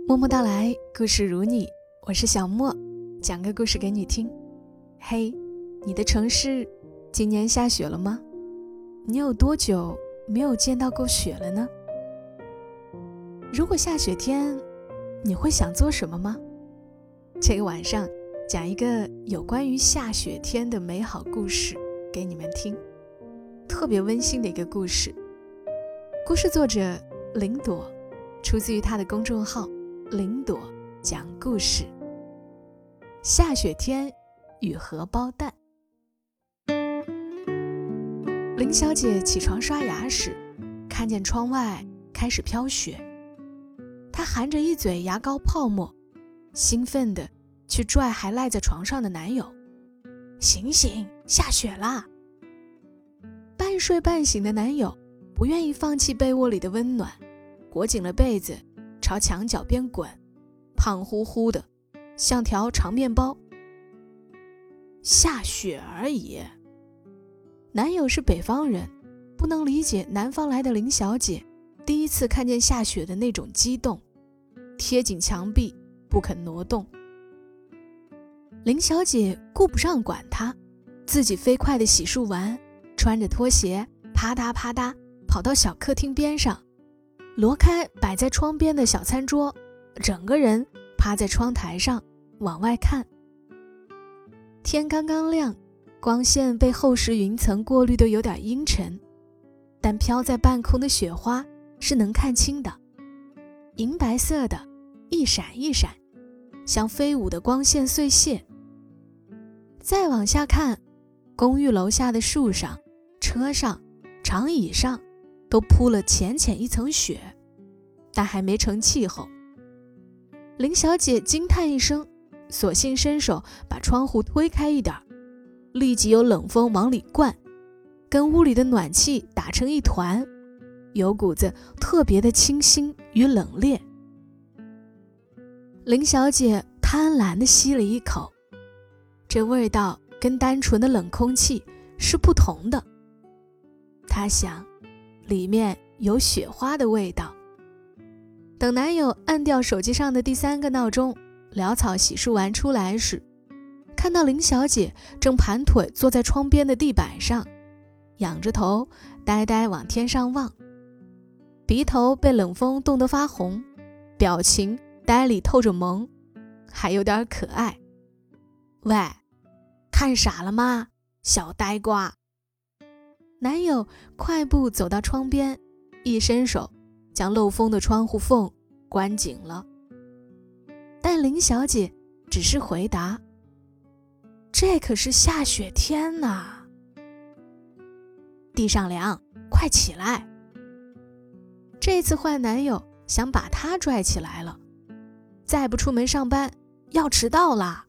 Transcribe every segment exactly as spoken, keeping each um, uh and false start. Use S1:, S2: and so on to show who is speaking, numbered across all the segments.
S1: 默默到来，故事如你，我是小莫，讲个故事给你听。嘿，你的城市今年下雪了吗？你有多久没有见到过雪了呢？如果下雪天，你会想做什么吗？这个晚上讲一个有关于下雪天的美好故事给你们听，特别温馨的一个故事。故事作者林朵，出自于他的公众号林朵讲故事。下雪天与荷包蛋。林小姐起床刷牙时，看见窗外开始飘雪，她含着一嘴牙膏泡沫，兴奋地去拽还赖在床上的男友。醒醒，下雪啦！半睡半醒的男友不愿意放弃被窝里的温暖，裹紧了被子朝墙角边滚，胖乎乎的像条长面包。下雪而已。男友是北方人，不能理解南方来的林小姐第一次看见下雪的那种激动，贴紧墙壁不肯挪动。林小姐顾不上管他，自己飞快地洗漱完，穿着拖鞋啪嗒啪嗒跑到小客厅边上，挪开摆在窗边的小餐桌，整个人趴在窗台上往外看。天刚刚亮，光线被厚实云层过滤得有点阴沉，但飘在半空的雪花是能看清的，银白色的，一闪一闪，像飞舞的光线碎屑。再往下看，公寓楼下的树上、车上、长椅上都铺了浅浅一层雪，但还没成气候。林小姐惊叹一声，索性伸手把窗户推开一点，立即有冷风往里灌，跟屋里的暖气打成一团，有股子特别的清新与冷冽。林小姐贪婪地吸了一口，这味道跟单纯的冷空气是不同的。她想，里面有雪花的味道。等男友按掉手机上的第三个闹钟，潦草洗漱完出来时，看到林小姐正盘腿坐在窗边的地板上，仰着头呆呆往天上望，鼻头被冷风冻得发红，表情呆里透着萌，还有点可爱。喂，看傻了吗，小呆瓜？男友快步走到窗边，一伸手将漏风的窗户缝关紧了。但林小姐只是回答，这可是下雪天呐，地上凉，快起来。这次坏男友想把她拽起来了，再不出门上班要迟到啦。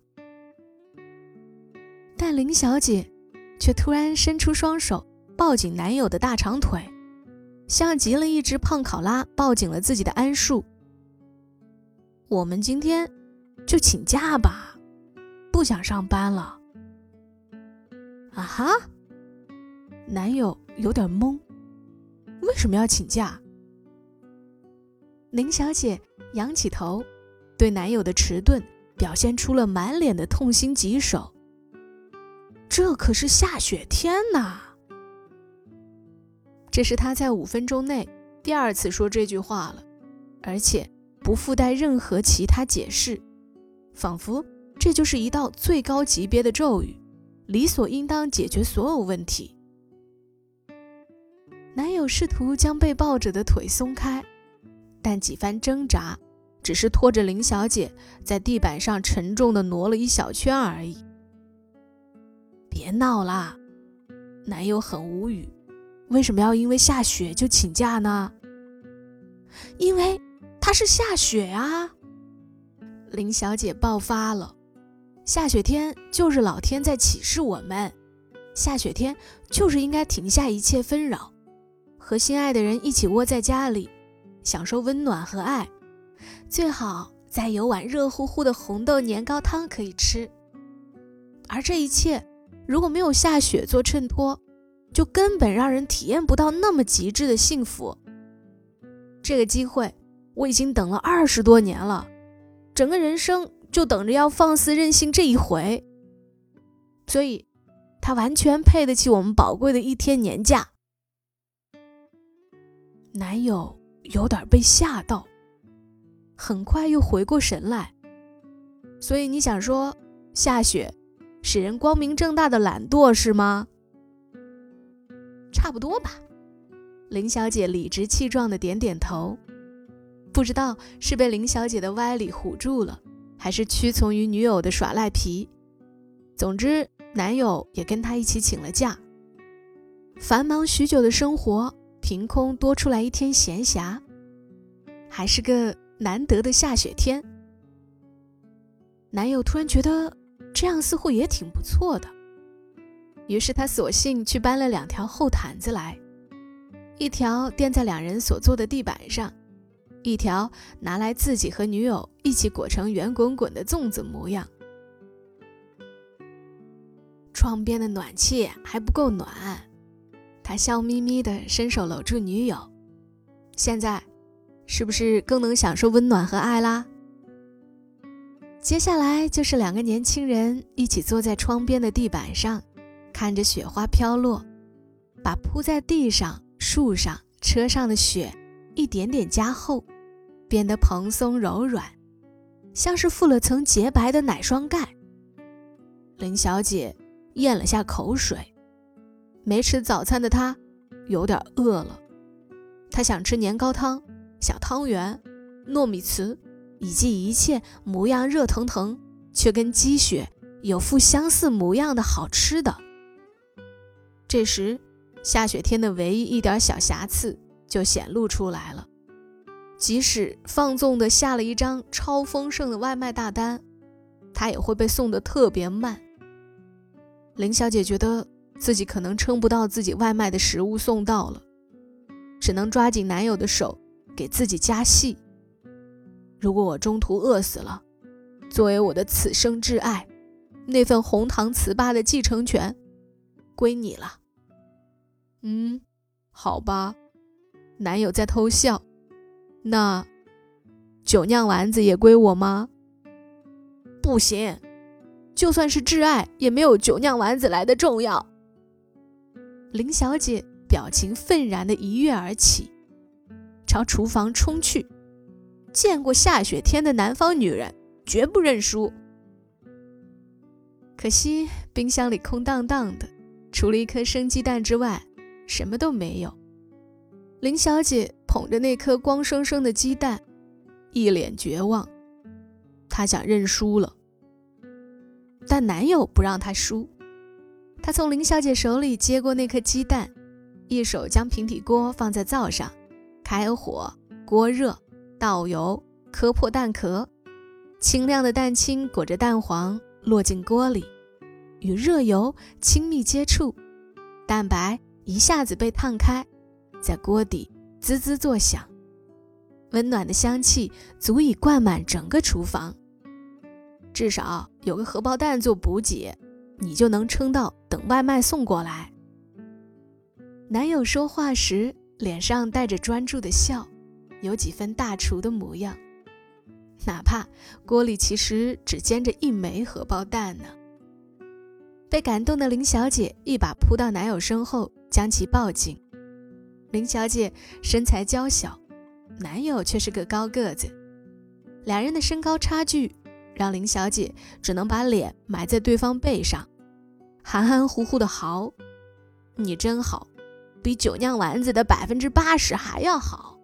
S1: 但林小姐却突然伸出双手抱紧男友的大长腿，像极了一只胖考拉抱紧了自己的桉树。我们今天就请假吧，不想上班了。啊哈，男友有点懵，为什么要请假？林小姐仰起头，对男友的迟钝表现出了满脸的痛心疾首。这可是下雪天呐！这是她在五分钟内第二次说这句话了，而且不附带任何其他解释，仿佛这就是一道最高级别的咒语，理所应当解决所有问题。男友试图将被抱着的腿松开，但几番挣扎只是拖着林小姐在地板上沉重地挪了一小圈而已。别闹啦，男友很无语，为什么要因为下雪就请假呢？因为它是下雪啊！林小姐爆发了，下雪天就是老天在启示我们，下雪天就是应该停下一切纷扰，和心爱的人一起窝在家里，享受温暖和爱，最好再有碗热乎乎的红豆年糕汤可以吃。而这一切如果没有下雪做衬托，就根本让人体验不到那么极致的幸福。这个机会我已经等了二十多年了，整个人生就等着要放肆任性这一回，所以他完全配得起我们宝贵的一天年假。男友有点被吓到，很快又回过神来。所以你想说下雪使人光明正大的懒惰是吗？差不多吧。林小姐理直气壮地点点头，不知道是被林小姐的歪理唬住了，还是屈从于女友的耍赖皮。总之男友也跟她一起请了假，繁忙许久的生活凭空多出来一天闲暇，还是个难得的下雪天。男友突然觉得这样似乎也挺不错的，于是他索性去搬了两条厚毯子来，一条垫在两人所坐的地板上，一条拿来自己和女友一起裹成圆滚滚的粽子模样。窗边的暖气还不够暖，他笑眯眯地伸手搂住女友，现在是不是更能享受温暖和爱啦？接下来就是两个年轻人一起坐在窗边的地板上，看着雪花飘落，把铺在地上、树上、车上的雪一点点加厚，变得蓬松柔软，像是覆了层洁白的奶霜盖。林小姐咽了下口水，没吃早餐的她有点饿了，她想吃年糕汤、小汤圆、糯米糍，以及一切模样热腾腾却跟积雪有副相似模样的好吃的。这时下雪天的唯一一点小瑕疵就显露出来了，即使放纵地下了一张超丰盛的外卖大单，它也会被送得特别慢。林小姐觉得自己可能撑不到自己外卖的食物送到了，只能抓紧男友的手给自己加戏。如果我中途饿死了，作为我的此生挚爱，那份红糖糍粑的继承权归你了。嗯，好吧。男友在偷笑。那酒酿丸子也归我吗？不行，就算是挚爱也没有酒酿丸子来的重要。林小姐表情愤然地一跃而起，朝厨房冲去。见过下雪天的南方女人绝不认输。可惜冰箱里空荡荡的，除了一颗生鸡蛋之外什么都没有。林小姐捧着那颗光生生的鸡蛋，一脸绝望。她想认输了，但男友不让她输。他从林小姐手里接过那颗鸡蛋，一手将平底锅放在灶上，开火，锅热，倒油，磕破蛋壳，清亮的蛋清裹着蛋黄落进锅里，与热油亲密接触，蛋白一下子被烫开，在锅底滋滋作响，温暖的香气足以灌满整个厨房。至少有个荷包蛋做补给，你就能撑到等外卖送过来。男友说话时脸上带着专注的笑，有几分大厨的模样，哪怕锅里其实只煎着一枚荷包蛋呢。被感动的林小姐一把扑到男友身后，将其抱紧。林小姐身材娇小，男友却是个高个子，两人的身高差距让林小姐只能把脸埋在对方背上，含含糊糊的嚎：你真好，比酒酿丸子的百分之八十还要好。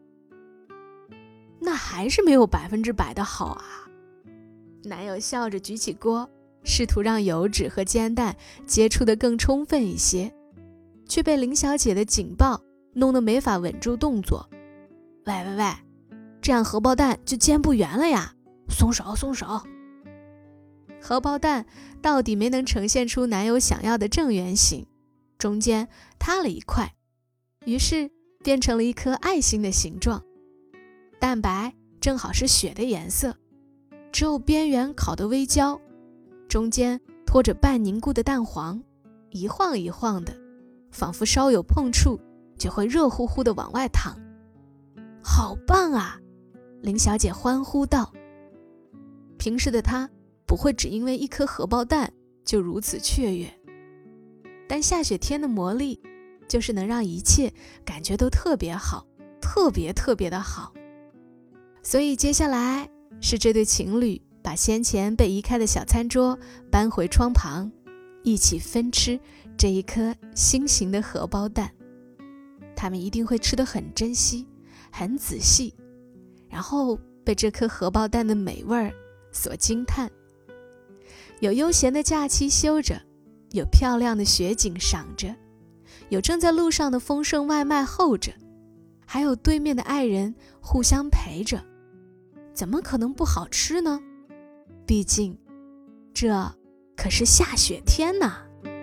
S1: 那还是没有百分之百的好啊。男友笑着举起锅，试图让油脂和煎蛋接触得更充分一些，却被林小姐的紧抱弄得没法稳住动作。喂喂喂，这样荷包蛋就煎不圆了呀，松手松手。荷包蛋到底没能呈现出男友想要的正圆形，中间塌了一块，于是变成了一颗爱心的形状。蛋白正好是雪的颜色，只有边缘烤得微焦，中间拖着半凝固的蛋黄，一晃一晃的，仿佛稍有碰触就会热乎乎的往外淌。好棒啊， 林小姐欢呼道。平时的她不会只因为一颗荷包蛋就如此雀跃，但下雪天的魔力就是能让一切感觉都特别好，特别特别的好。所以接下来是这对情侣把先前被移开的小餐桌搬回窗旁，一起分吃这一颗心形的荷包蛋。他们一定会吃得很珍惜，很仔细，然后被这颗荷包蛋的美味所惊叹。有悠闲的假期休着，有漂亮的雪景赏着，有正在路上的丰盛外卖候着，还有对面的爱人互相陪着，怎么可能不好吃呢？毕竟这可是下雪天呐。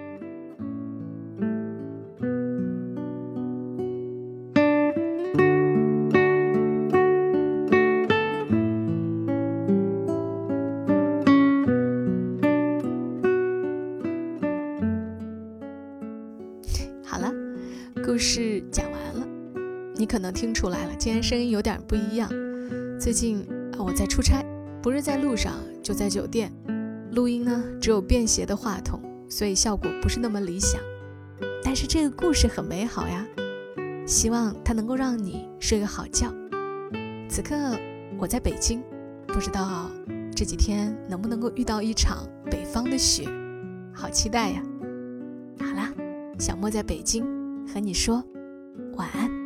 S1: 好了，故事讲完了。你可能听出来了，今天声音有点不一样。最近我在出差，不是在路上就在酒店，录音呢只有便携的话筒，所以效果不是那么理想。但是这个故事很美好呀，希望它能够让你睡个好觉。此刻我在北京，不知道这几天能不能够遇到一场北方的雪，好期待呀。好啦，小莫在北京和你说晚安。